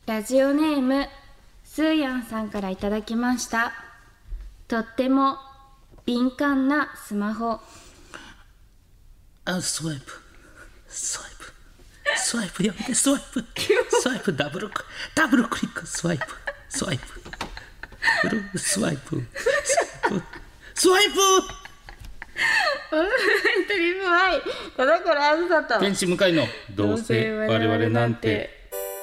ラジオネームスーヤンさんからいただきました。とっても敏感なスマホ。 スワイプやめて、スワイプダブルクリック、スワイプ本当にうまい。田所あずさと天使向かいのどうせ我々なんて。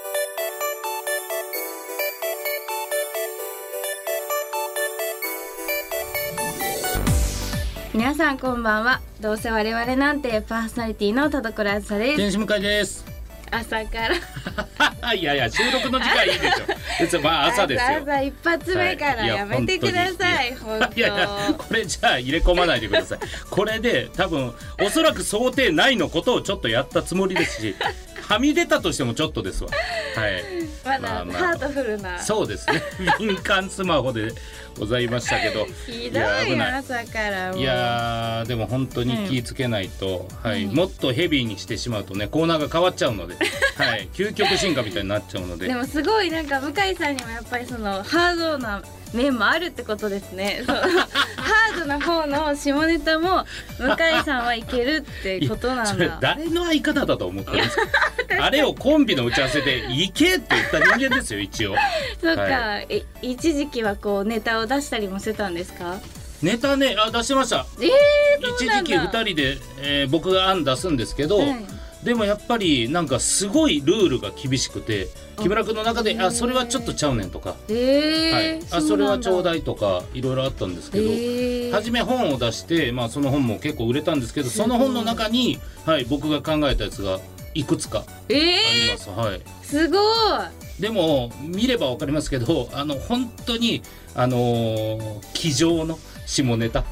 皆さんこんばんは。どうせ我々なんてパーソナリティの田所あずさです。 天使向かいです。 朝からいや収録の時間いいでしょ。別に朝ですよ。 朝一発目からやめてください。本当。 いやこれじゃあ入れ込まないでください。これで多分おそらく想定内のことをちょっとやったつもりですし、はみ出たとしてもちょっとですわ。はい。 まだハートフルな。 そうですね。敏感スマホでございましたけど。 ひどい朝からもう。 いやでも本当に気ぃつけないと、もっとヘビーにしてしまうとねコーナーが変わっちゃうので、究極進化みたいになっちゃうので。 でもすごいなんか向井さんにもやっぱりそのハードな面もあるってことですね。ハードな方の下ネタも向井さんはいけるってことなんだ。 それ誰の相方だと思ってるんですか。あれをコンビの打ち合わせで行けって言った人間ですよ一応。 そっか、一時期はこうネタを出したりもしてたんですか。 ネタね出してました。一時期2人で、僕が案出すんですけど、でもやっぱりなんかすごいルールが厳しくて、木村君の中でそれはちょっとちゃうねんとか、それはちょうだいとかいろいろあったんですけど、初め本を出して、その本も結構売れたんですけど、その本の中に、僕が考えたやつがいくつかあります。 すごい。 でも見れば分かりますけど、本当に机上の下ネタ、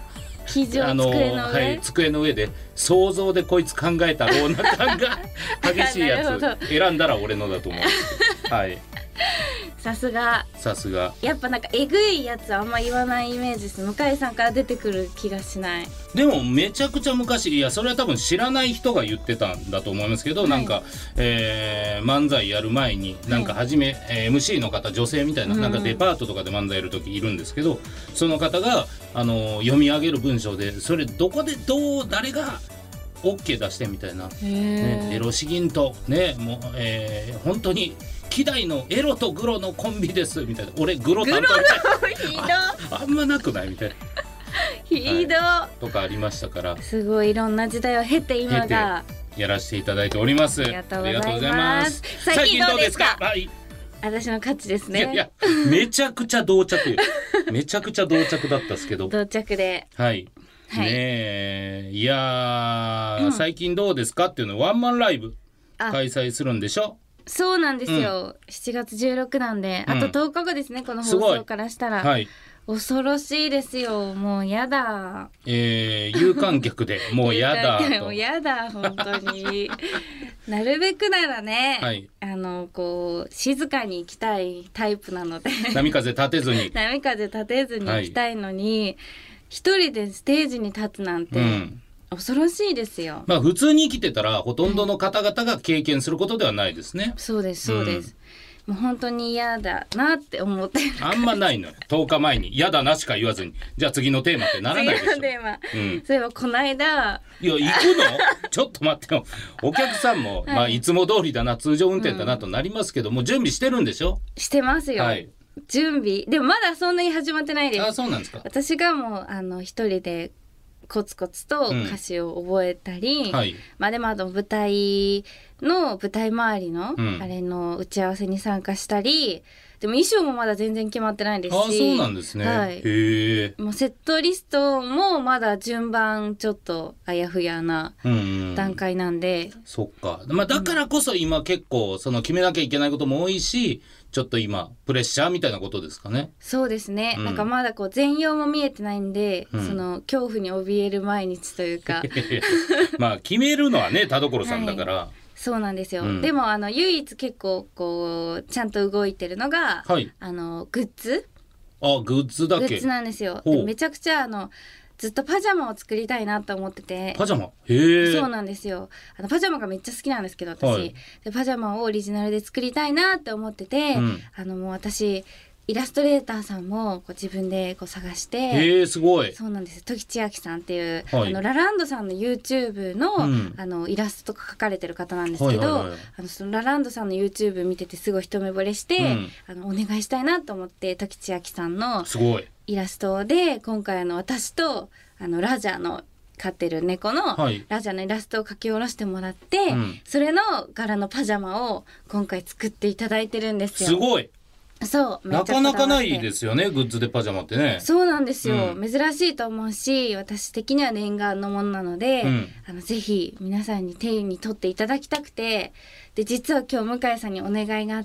机の上で想像でこいつ考えたろうな感が激しいやつ選んだら俺のだと思うんですけど。さすがやっぱなんかえぐいやつあんま言わないイメージです。向井さんから出てくる気がしない。 でもめちゃくちゃ昔、いやそれは多分知らない人が言ってたんだと思いますけど、なんか、漫才やる前になんか初め、MC の方女性みたいな、なんかデパートとかで漫才やる時いるんですけど、その方が読み上げる文章でそれどこで誰が OK 出してみたいな、エロ詩吟とねもう、本当に希代のエロとグロのコンビですみたいな、俺グロ担当みたいなあんまなくないみたいなひど、 とかありましたから、 すごいいろんな時代を経て今がやらせていただいております。ありがとうございます。 最近どうですか。私の勝ちですね。 いやめちゃくちゃ同着めちゃくちゃ同着だったですけど、 同着でねいや、最近どうですかっていうのワンマンライブ開催するんでしょ。 そうなんですよ、7月16なんであと10日後ですね、この放送からしたら。恐ろしいですよ。もうやだ。 有観客でもうやだともうやだ本当になるべくならね、こう静かに行きたいタイプなので波風立てずに行きたいのに、一人でステージに立つなんて、恐ろしいですよ。 普通に生きてたらほとんどの方々が経験することではないですね。 そうですそうです、もう本当に嫌だなって思ってる。 あんまないのよ。10日前に嫌だなしか言わずに、じゃあ次のテーマってならないでしょ。 次のテーマ、そういえばこの間、 いや行くのちょっと待ってよ。お客さんも、いつも通りだな、通常運転だなとなりますけども、準備してるんでしょ。 してますよ、準備。でもまだそんなに始まってないです。 そうなんですか。 私がもう一人でコツコツと歌詞を覚えたり、でもあと舞台周りの、あれの打ち合わせに参加したり、でも衣装もまだ全然決まってないですし。 そうなんですね。へえ。 もうセットリストもまだ順番ちょっとあやふやな段階なんで、 そっか。だからこそ今結構その決めなきゃいけないことも多いし、ちょっと今プレッシャーみたいなことですかね。 そうですね、なんかまだこう全容も見えてないんで、その恐怖に怯える毎日というか決めるのはね田所さんだから、 そうなんですよ、でも唯一結構こうちゃんと動いてるのが、グッズ。 グッズだけ。 グッズなんですよ。めちゃくちゃずっとパジャマを作りたいなと思ってて。 パジャマ、へえ。 そうなんですよ。パジャマがめっちゃ好きなんですけど私、はい、でパジャマをオリジナルで作りたいなって思ってて、もう私イラストレーターさんもこう自分でこう探して、 すごい。 そうなんです。時千秋さんっていう、はい、ラランドさんの YouTube の、イラストとか描かれてる方なんですけど、そのラランドさんの YouTube 見ててすごい一目惚れして、お願いしたいなと思って時千秋さんのイラストで今回私とラジャの飼ってる猫のラジャのイラストを描き下ろしてもらって、それの柄のパジャマを今回作っていただいてるんですよ。 すごい。 そうなかなかないですよね、グッズでパジャマってね。 そうなんですよ、珍しいと思うし、私的には念願のものなので、ぜひ皆さんに手に取っていただきたくて、で実は今日向井さんにお願いがあって、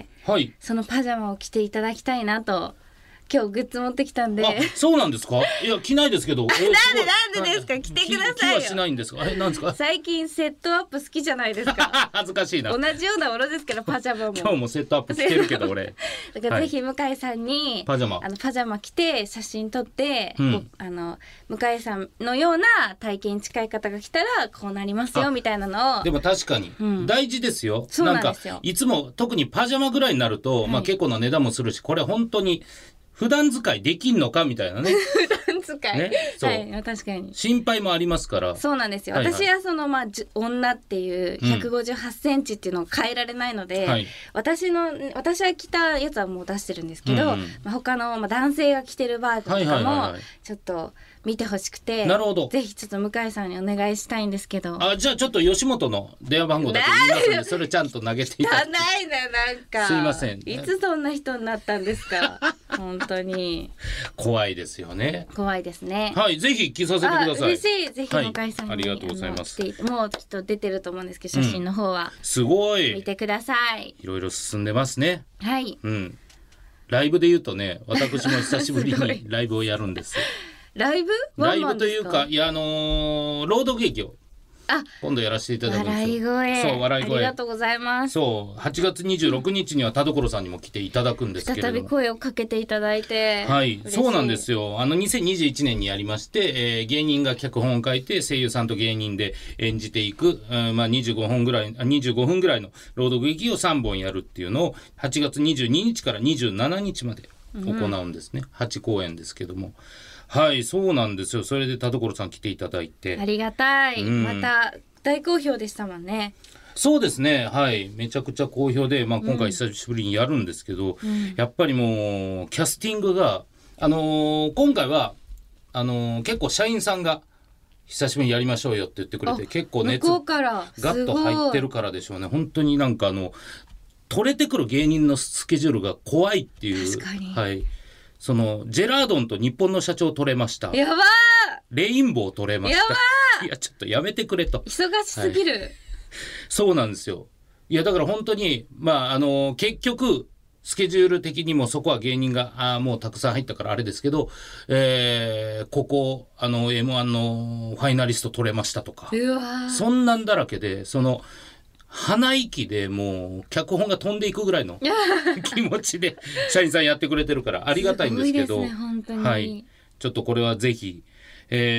はい、そのパジャマを着ていただきたいなと。今日グッズ持ってきたんで。 あ、そうなんですか。いや着ないですけど。 なんでですか。着てくださいよ。 着はしないんですか。なんですか。 最近セットアップ好きじゃないですか。 恥ずかしいな。 同じようなものですけどパジャマも。 今日もセットアップ着てるけど俺。 だからぜひ向井さんにパジャマ着て写真撮って、向井さんのような体型に近い方が来たらこうなりますよみたいなのを。 でも確かに大事ですよ。なんかいつも特にパジャマぐらいになると、結構な値段もするし、これ本当に。普段使いできんのかみたいなね。 普段使い、 ね、 はい、確かに心配もありますから。 そうなんですよ、私は女っていう158センチっていうのを変えられないので、私は着たやつはもう出してるんですけど、他の、男性が着てるバージョンとかもちょっと見てほしくて、 なるほど。 ぜひちょっと向井さんにお願いしたいんですけど。 じゃあちょっと吉本の電話番号だけ言いますので、それちゃんと投げていただいて。 ないな、なんか。 すいません。 いつそんな人になったんですか。本当に。 怖いですよね。 怖いですね。 はい、ぜひ着させてください。 嬉しい。ぜひ向井さんに、 ありがとうございます。 もうきっと出てると思うんですけど、写真の方は。 すごい。 見てください。 いろいろ進んでますね。 はい。 ライブで言うとね、私も久しぶりにライブをやるんです。 ライブというか、いや朗読劇を今度やらせていただくんですよ。 笑い声。 そう、笑い声。 ありがとうございます。 そう、8月26日には田所さんにも来ていただくんですけれども、 再び声をかけていただいて。 はい、そうなんですよ。2021年にやりまして、芸人が脚本を書いて声優さんと芸人で演じていく、25分ぐらいの朗読劇を3本やるっていうのを8月22日から27日まで行うんですね。8公演ですけども。はい、そうなんですよ。それで田所さん来ていただいて、 ありがたい、また大好評でしたもんね。 そうですね、はい、めちゃくちゃ好評で、今回久しぶりにやるんですけど、やっぱりもうキャスティングが、今回は結構社員さんが久しぶりにやりましょうよって言ってくれて、結構熱ガッと入ってるからでしょうね。本当になんか取れてくる芸人のスケジュールが怖いっていう。 確かに、 はい、そのジェラードンと日本の社長取れました。 やばー。 レインボー取れました。やばー。いやちょっとやめてくれと。 忙しすぎる、 そうなんですよ。いやだから本当に結局スケジュール的にもそこは芸人がもうたくさん入ったからあれですけど、ここM1 のファイナリスト取れましたとか、そんなんだらけで、鼻息でもう脚本が飛んでいくぐらいの気持ちで社員さんやってくれてるからありがたいんですけど、 すごいですね、本当に。 はい、ちょっとこれはぜひ、ツイ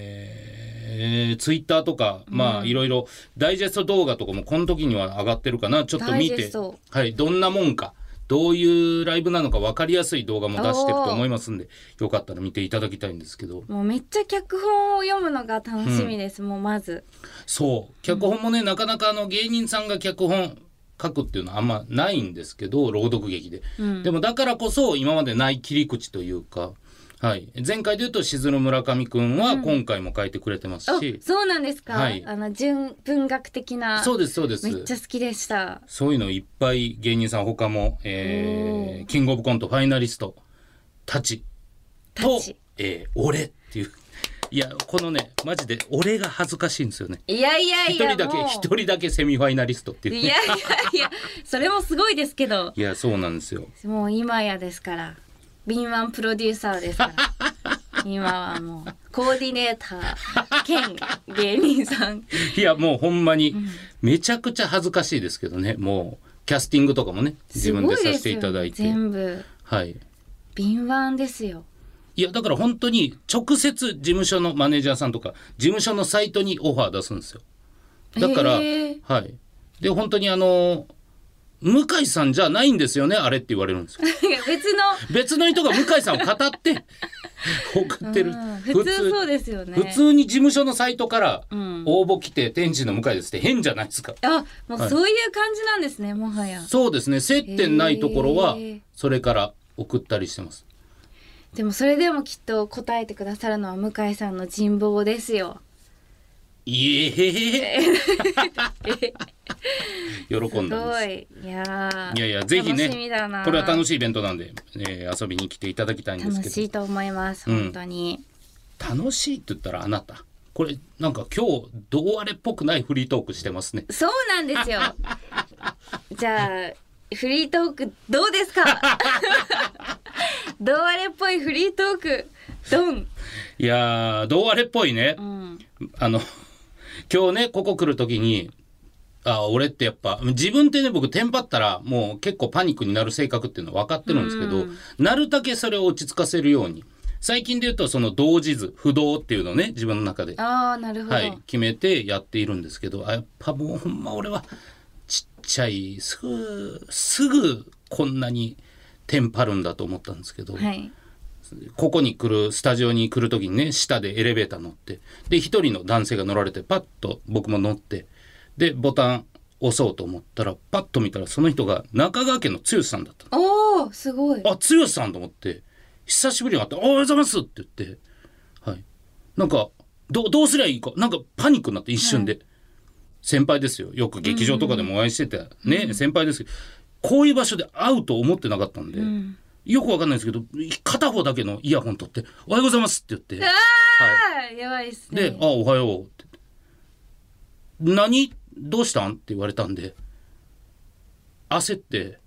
ッターとかいろいろダイジェスト動画とかもこの時には上がってるかな、ちょっと見て、はい、どんなもんか、どういうライブなのか分かりやすい動画も出してると思いますんで、よかったら見ていただきたいんですけど、 もうめっちゃ脚本を読むのが楽しみです、もうまず。 そう、脚本もね、なかなか芸人さんが脚本書くっていうのはあんまないんですけど、朗読劇で、でもだからこそ今までない切り口というか、はい、前回で言うとしずる村上くんは今回も書いてくれてますし、 そうなんですか、 はい、 純文学的な。 そうですそうです、 めっちゃ好きでした。 そういうのいっぱい芸人さん他も、キングオブコントファイナリストたちと、俺っていう、いやこのねマジで俺が恥ずかしいんですよね。 いやいやいや、 一人だけセミファイナリストっていう、ね、 いやいやいやそれもすごいですけど、 いやそうなんですよ。 もう今やですから、敏腕プロデューサーですから今はもうコーディネーター兼芸人さん。 いやもうほんまにめちゃくちゃ恥ずかしいですけどね、もうキャスティングとかもね自分でさせていただいて、 全部、 はい、 敏腕ですよ。 いやだから本当に直接事務所のマネージャーさんとか事務所のサイトにオファー出すんですよ。だから、はい。で本当に向井さんじゃないんですよねあれって言われるんですよ。別の人が向井さんを語って送ってる。 普通そうですよね。 普通に事務所のサイトから応募来て、天使の向井ですって変じゃないですか。 もうそういう感じなんですね、もはや。 そうですね、接点ないところはそれから送ったりしてます。 でもそれでもきっと答えてくださるのは向井さんの人望ですよ。 いえ喜んだんです。いやぜひね、これは楽しいイベントなんで、遊びに来ていただきたいんですけど。 楽しいと思います、本当に。 楽しいって言ったらあなたこれなんか今日どうあれっぽくないフリートークしてますね。 そうなんですよじゃあフリートークどうですかどうあれっぽいフリートークドン。 いやどうあれっぽいね、今日ねここ来る時に俺ってやっぱ自分ってね僕テンパったらもう結構パニックになる性格っていうのは分かってるんですけど、なるだけそれを落ち着かせるように最近で言うとその同時図不動っていうのをね自分の中でなるほど、 決めてやっているんですけど、やっぱもうほんま俺はちっちゃいすぐこんなにテンパるんだと思ったんですけど、ここに来るスタジオに来る時にね下でエレベーター乗ってで一人の男性が乗られてパッと僕も乗ってでボタン押そうと思ったらパッと見たらその人が中川家の剛さんだった。 すごい。 剛さんと思って久しぶりに会っておはようございますって言って、なんかどうすりゃいいかなんかパニックになって一瞬で、先輩ですよ、よく劇場とかでもお会いしててね、先輩ですけどこういう場所で会うと思ってなかったんで、よくわかんないですけど片方だけのイヤホン取っておはようございますって言ってやばいっすね。 でおはようって何どうしたんって言われたんで焦って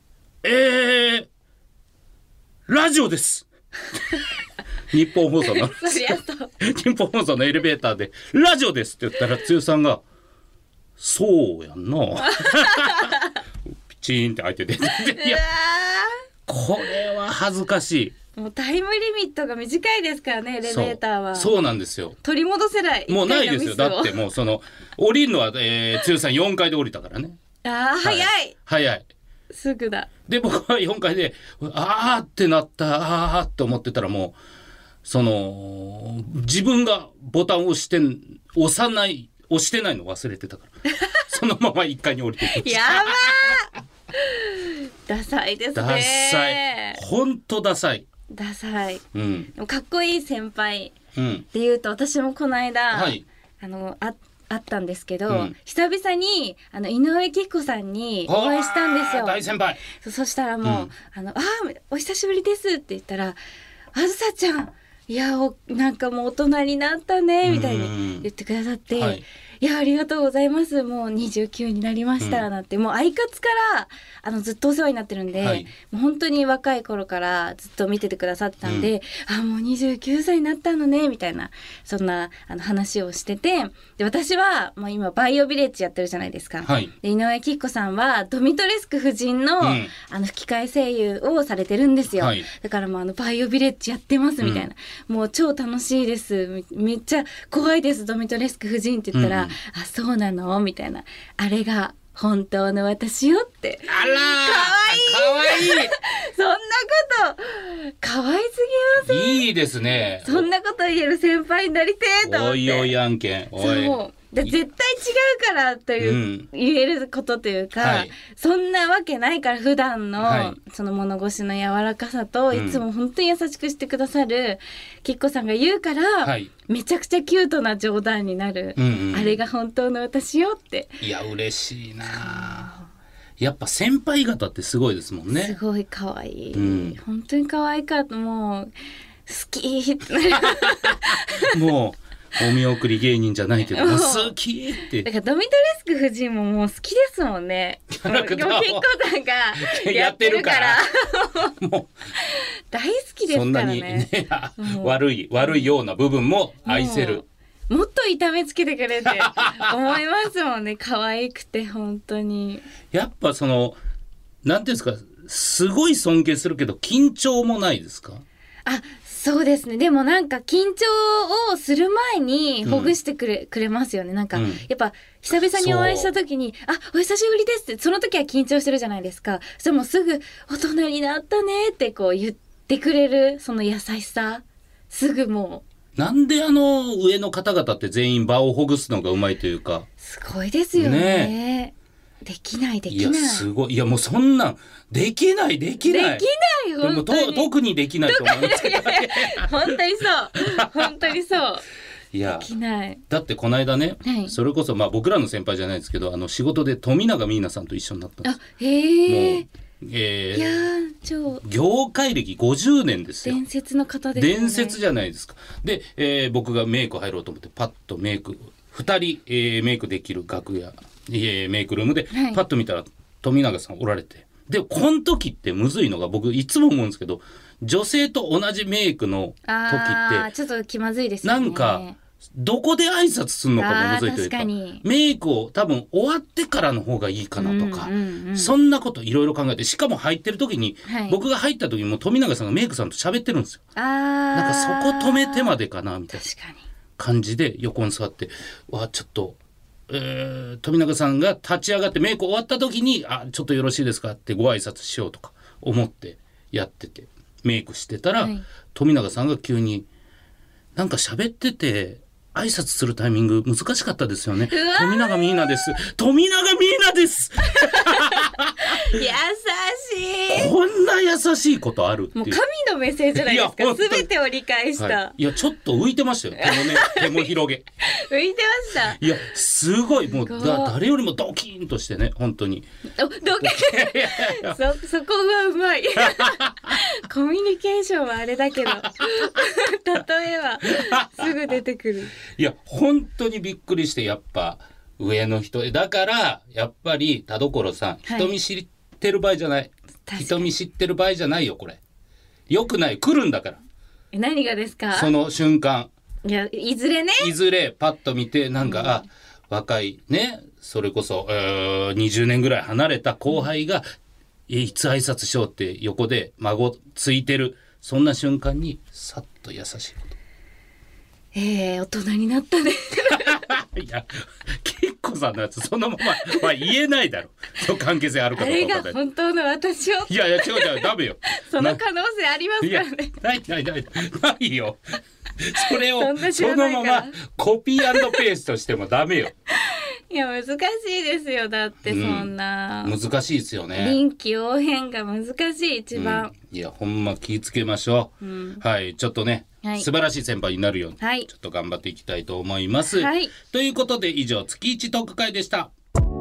ラジオです日本放送の日本放送のエレベーターでラジオですって言ったら剛さんがそうやんなピチーンって開いてていやこれは恥ずかしい。 もうタイムリミットが短いですからねエレベーターは。 そうなんですよ。 取り戻せないもうないですよ。だってもうその降りるのは、剛さん4階で降りたからね。早いすぐだ。 で僕は4階でってなったって思ってたらもうその自分がボタンを押してないの忘れてたからそのまま1階に降りてきました。 やばダサいですね。 ダサい、ほんとダサい。 でもかっこいい先輩っていうと、私もこの間、あったんですけど、久々に井上貴子さんにお会いしたんですよ。 大先輩。 そしたらもう、お久しぶりですって言ったら、あずさちゃんいやなんかもう大人になったねみたいに言ってくださって、いやありがとうございますもう29になりましたなんて、もうアイカツからずっとお世話になってるんで、もう本当に若い頃からずっと見ててくださってたんで、もう29歳になったのねみたいなそんな話をしてて、で私はもう今バイオビレッジやってるじゃないですか、で井上貴子さんはドミトレスク夫人の、吹き替え声優をされてるんですよ、だからもうバイオビレッジやってますみたいな、もう超楽しいです、めっちゃ怖いですドミトレスク夫人って言ったら、そうなのみたいな、あれが本当の私よって。 あらかわいいそんなことかわいすぎません？ いいですね。 そんなこと言える先輩になりてえと思って。 おいおい案件。 そうで絶対違うからという、言えることというか、そんなわけないから、普段の、その物腰の柔らかさと、いつも本当に優しくしてくださるきっこさんが言うから、めちゃくちゃキュートな冗談になる、あれが本当の私よって。 いや嬉しいな。やっぱ先輩方ってすごいですもんね。 すごい可愛い、本当に可愛いかった。もう好きってなるもうお見送り芸人じゃないけども好きってだからドミトレスク夫人ももう好きですもんね。キッコさんがやってるからもう大好きですからね。 そんなに、悪いような部分も愛せる。 もっと痛めつけてくれって思いますもんね。可愛くて本当に。 やっぱそのなんていうんですか、すごい尊敬するけど緊張もないですか？ そうですね。でもなんか緊張をする前にほぐしてくれますよね。なんか、やっぱ久々にお会いした時に、お久しぶりですって、その時は緊張してるじゃないですか。でもすぐ大人になったねってこう言ってくれる、その優しさ。すぐもう。なんで上の方々って全員場をほぐすのがうまいというか。 すごいですよね。できない。 いやすごい。いやもうそんなんできない本当に特にできないと思いますけど本当にそういやできない。 だってこの間ね、それこそ僕らの先輩じゃないですけど仕事で富永美奈さんと一緒になったんです。 へえ。 いや業界歴50年ですよ。 伝説の方ですね。 伝説じゃないですか。で、僕がメイク入ろうと思ってパッとメイク2人、メイクできる楽屋メイクルームでパッと見たら富永さんおられて、でこの時ってむずいのが僕いつも思うんですけど、女性と同じメイクの時ってちょっと気まずいですよね。 なんかどこで挨拶するのかもむずいというか、メイクを多分終わってからの方がいいかなとか、そんなこといろいろ考えて、しかも入ってる時に、僕が入った時にも富永さんがメイクさんと喋ってるんですよ。なんかそこ止めてまでかなみたいな感じで横に座って、ちょっと富永さんが立ち上がってメイク終わった時にちょっとよろしいですかってご挨拶しようとか思ってやっててメイクしてたら、富永さんが急になんか喋ってて挨拶するタイミング難しかったですよね。富永美奈です。富永美奈です優しい。 こんな優しいことあるっていう。 もう神の目線じゃないですか。全てを理解した、 いやちょっと浮いてましたよ。手も広げ浮いてました。 いやすごいもう誰よりもドキンとしてね、本当にドキンそこはうまいコミュニケーションはあれだけど例えはすぐ出てくる。 いや本当にびっくりして、やっぱ上の人だからやっぱり田所さん、人見知ってる場合じゃない。人見知ってる場合じゃないよ。これよくない。来るんだから。 何がですか。 その瞬間。 いずれパッと見てなんか、若いね、それこそ、20年ぐらい離れた後輩が、いつ挨拶しようって横で孫ついてる、そんな瞬間にさっと優しいこと。 大人になったねいや結構さんのやつそのまま、言えないだろその関係性あるかどうか。 あれが本当の私を。 いや違うダメよその可能性ありますからね。 ないよそれをそのままコピー&ペーストしてもダメよ。 いや難しいですよ。だってそんな、 難しいですよね。 臨機応変が難しい一番、 いやほんま気ぃつけましょう、はいちょっとね、素晴らしい先輩になるように、ちょっと頑張っていきたいと思います、ということで以上月1トーク会でした。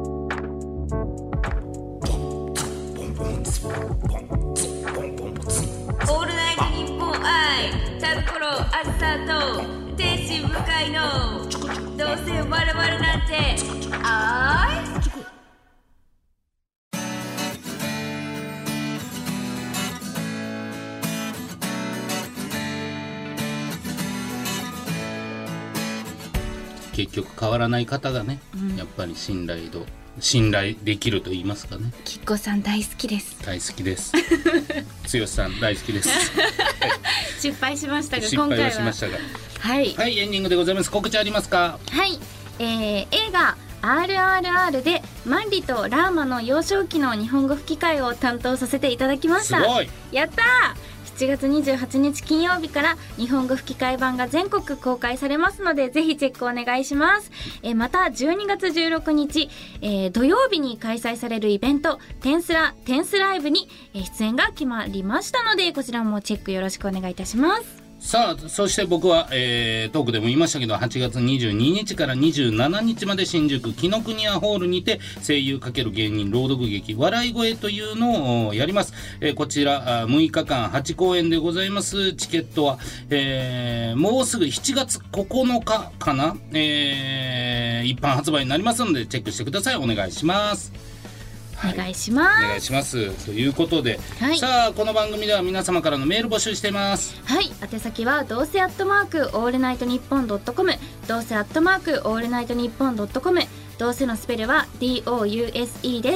オールナイトニッポン愛田所あずさと天使向かいのどうせ我々なんてあい結局変わらない方がね、やっぱり信頼できると言いますかね。 きっこさん大好きです。 大好きです剛さん大好きです失敗しましたが失敗はしましたがはい、エンディングでございます。告知ありますか。 はい、映画RRR でマンリとラーマの幼少期の日本語吹き替えを担当させていただきました。 すごい。 やったー。7月28日金曜日から日本語吹き替え版が全国公開されますのでぜひチェックお願いします。また12月16日、土曜日に開催されるイベントテンスライブに出演が決まりましたのでこちらもチェックよろしくお願いいたします。 さあそして僕は、トークでも言いましたけど8月22日から27日まで新宿紀ノ国屋ホールにて声優×芸人朗読劇笑い声というのをやります。こちら6日間8公演でございます。チケットは、もうすぐ7月9日かな、一般発売になりますのでチェックしてください。お願いします。 お願いします。 お願いしますということで、さあこの番組では皆様からのメール募集しています。 はい、宛先はどうせ@オールナイトニッポン.com、どうせ@オールナイトニッポン.com、どうせのスペルはDOUSE です。普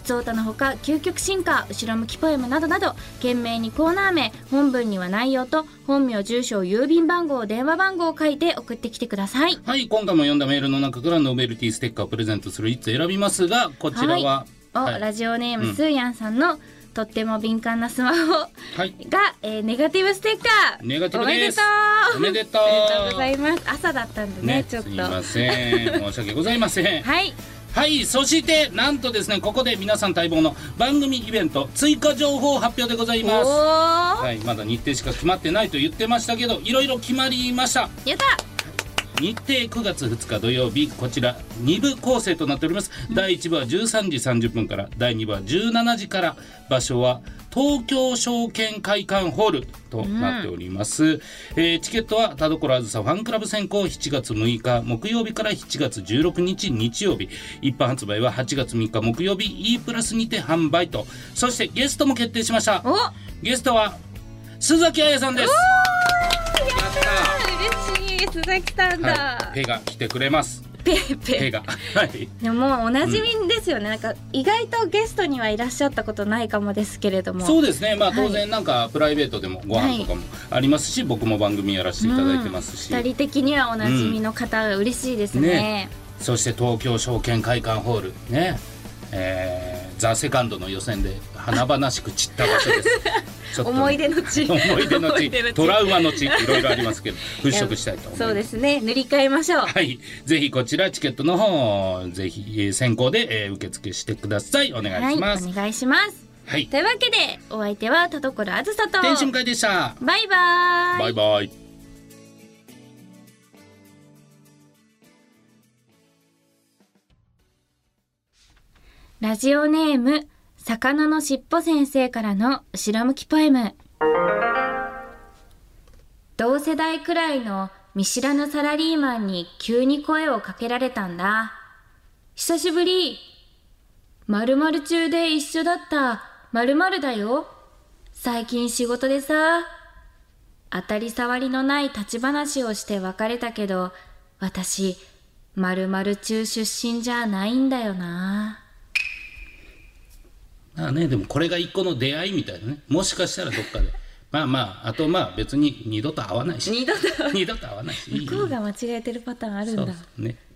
ふつおたのほか究極進化、後ろ向きポエムなどなど、懸命にコーナー名、本文には内容と本名、住所、郵便番号、電話番号を書いて送ってきてください。 はい、今回も読んだメールの中からノベルティステッカーをプレゼントする1つ選びますが、こちらは、 ラジオネーム、スーヤンさんのとっても敏感なスマホが、ネガティブステッカー。 ネガティブです。おめでとう。 ありがとうございます。朝だったんでね、ちょっと。すいません。申し訳ございません。 はい。 はい、そしてなんとですね、ここで皆さん待望の番組イベント追加情報発表でございます。はい、まだ日程しか決まってないと言ってましたけど、いろいろ決まりました。 やった。 日程9月2日土曜日、こちら2部構成となっております。第1部は13時30分から、第2部は17時から、場所は東京証券会館ホールとなっております。チケットは田所あずさファンクラブ選考7月6日木曜日から7月16日日曜日、一般発売は8月3日木曜日 E プラスにて販売と。そしてゲストも決定しました。ゲストは須崎彩さんです。やったー、嬉しい。須崎さんだ。 ペが来てくれます。ペがでもおなじみですよね、なんか意外とゲストにはいらっしゃったことないかもですけれども。 そうですね、まあ当然なんかプライベートでもご飯とかもありますし、僕も番組やらせていただいてますし、 2人的にはおなじみの方が嬉しいですね。 そして東京証券会館ホールね、ザ・セカンドの予選で華々しく散った場所ですちょっと、 思い出の地思い出の地トラウマの地、いろいろありますけど払拭したいと思います。 そうですね、塗り替えましょう。 はい、ぜひこちらチケットの方ぜひ先行で、受付してください。お願いします。 お願いします。というわけでお相手は田所あずさと天使向井でした。 バイバイ。 バイバイ。 ラジオネーム魚のしっぽ先生からの後ろ向きポエム。同世代くらいの見知らぬサラリーマンに急に声をかけられたんだ。久しぶり。〇〇中で一緒だった〇〇だよ。最近仕事でさ、当たり障りのない立ち話をして別れたけど、私〇〇中出身じゃないんだよな。 でもこれが一個の出会いみたいなね、もしかしたらどっかであと別に二度と会わないし、二度と会わないし、 向こうが間違えてるパターンあるんだ。 そうね。